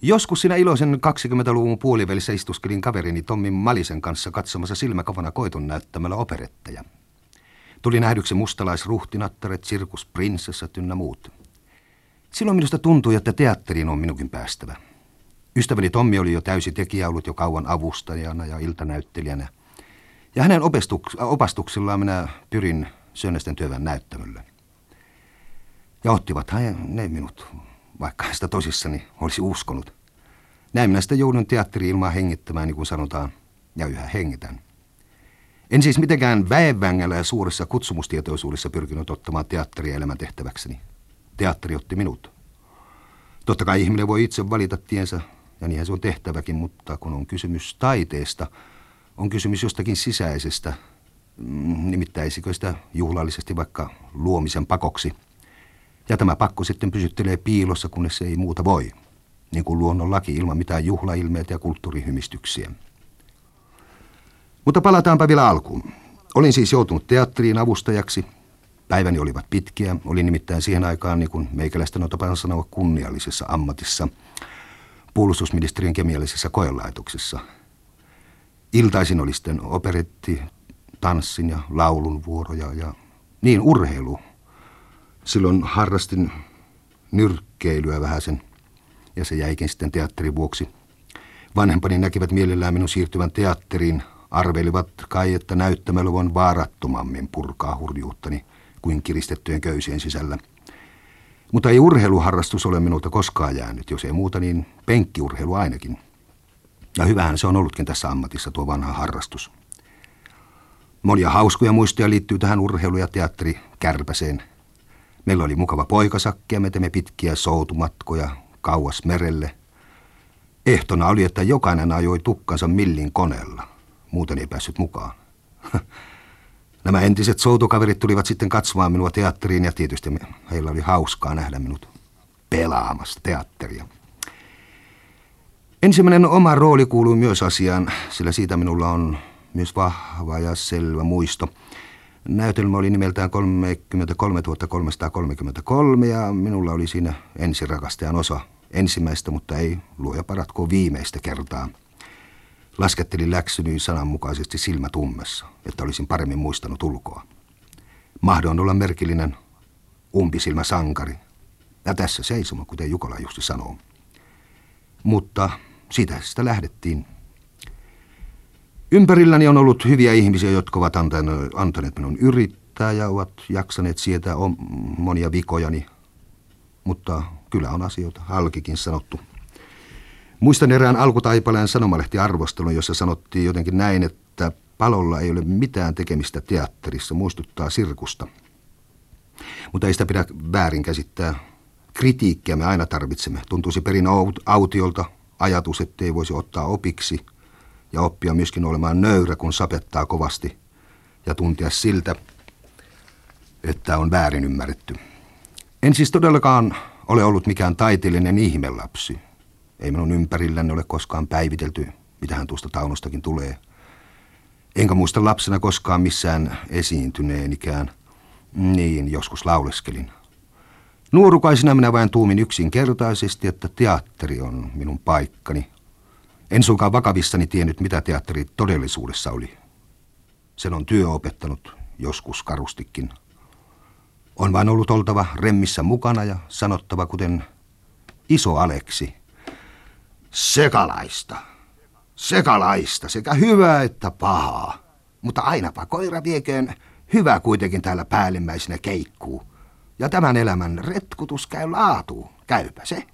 Joskus siinä iloisen 20-luvun puolivälissä istuskelin kaverini Tommi Malisen kanssa katsomassa silmäkavana koiton näyttämällä operetteja. Tuli nähdyksi mustalaisruhtinattaret, sirkusprinsessat ynnä muut. Silloin minusta tuntui, että teatteriin on minunkin päästävä. Ystäväni Tommi oli jo täysi tekijä, ollut jo kauan avustajana ja iltanäyttelijänä. Ja hänen opastuksillaan minä pyrin Sönnästen työväen näyttämölle. Ja ottivat ne minut, vaikka sitä tosissani olisi uskonut. Näin minä sitä joudun teatteri-ilmaa hengittämään, niin kuin sanotaan, ja yhä hengitän. En siis mitenkään väenvängällä ja suuressa kutsumustietoisuudessa pyrkinyt ottamaan teatteria elämäntehtäväkseni. Teatteri otti minut. Totta kai ihminen voi itse valita tiensä, ja niinhän se on tehtäväkin, mutta kun on kysymys taiteesta, on kysymys jostakin sisäisestä, nimittäisikö sitä juhlallisesti vaikka luomisen pakoksi. Ja tämä pakko sitten pysyttelee piilossa, kunnes se ei muuta voi, niin kuin luonnon laki ilman mitään juhlailmeitä ja kulttuurihymistyksiä. Mutta palataanpa vielä alkuun. Olin siis joutunut teatteriin avustajaksi. Päiväni olivat pitkiä. Olin nimittäin siihen aikaan, niin kuin meikäläisten on tapana sanoa, kunniallisessa ammatissa, puolustusministeriön kemiallisessa koelaitoksessa. Iltaisin oli sitten operetti, tanssin ja laulun vuoroja ja niin urheilu. Silloin harrastin nyrkkeilyä vähäsen ja se jäikin sitten teatterin vuoksi. Vanhempani näkivät mielellään minun siirtyvän teatteriin. Arvelivat kai, että näyttämällä voin vaarattomammin purkaa hurjuuttani kuin kiristettyjen köysien sisällä. Mutta ei urheiluharrastus ole minulta koskaan jäänyt, jos ei muuta niin penkkiurheilu ainakin. Ja hyvähän se on ollutkin tässä ammatissa tuo vanha harrastus. Monia hauskoja muistoja liittyy tähän urheilu- ja teatterikärpäseen. Meillä oli mukava poikasakki ja me teimme pitkiä soutumatkoja kauas merelle. Ehtona oli, että jokainen ajoi tukkansa millin koneella. Muuten ei päässyt mukaan. Nämä entiset soutukaverit tulivat sitten katsomaan minua teatteriin ja tietysti heillä oli hauskaa nähdä minut pelaamassa teatteria. Ensimmäinen oma rooli kuului myös asiaan, sillä siitä minulla on myös vahva ja selvä muisto. Näytelmä oli nimeltään 33 333 ja minulla oli siinä ensirakastajan osa. Ensimmäistä, mutta ei, luoja paratkoon, viimeistä kertaa. Laskettelin läksyni sananmukaisesti silmät ummessa, että olisin paremmin muistanut ulkoa. Mahdoin olla merkillinen umpisilmä sankari. Ja tässä seisoma, kuten Jukola juuri sanoo. Mutta siitä lähdettiin. Ympärilläni on ollut hyviä ihmisiä, jotka ovat antaneet minun yrittää ja ovat jaksaneet sietää monia vikojani. Mutta kyllä on asioita halkikin sanottu. Muistan erään alkutaipaleen sanomalehtiarvostelun, jossa sanottiin jotenkin näin, että palolla ei ole mitään tekemistä teatterissa, muistuttaa sirkusta. Mutta ei sitä pidä väärin käsittää. Kritiikkiä me aina tarvitsemme. Tuntuisi perin autiolta ajatus, ettei voisi ottaa opiksi ja oppia myöskin olemaan nöyrä, kun sapettaa kovasti ja tuntea siltä, että on väärin ymmärretty. En siis todellakaan ole ollut mikään taiteellinen ihmelapsi. Ei minun ympärilläni ole koskaan päivitelty, mitähän tuosta Taunostakin tulee. Enkä muista lapsena koskaan missään esiintyneenikään. Niin, joskus lauleskelin. Nuorukaisena minä vain tuumin yksinkertaisesti, että teatteri on minun paikkani. En suinkaan vakavissani tiennyt, mitä teatteri todellisuudessa oli. Sen on työ opettanut, joskus karustikin. On vain ollut oltava remmissä mukana ja sanottava kuten iso Aleksi. Sekalaista, sekä hyvää että pahaa. Mutta ainapa koira vieköön, hyvä kuitenkin täällä päällimmäisenä keikkuu. Ja tämän elämän retkutus käy laatuun, käypä se.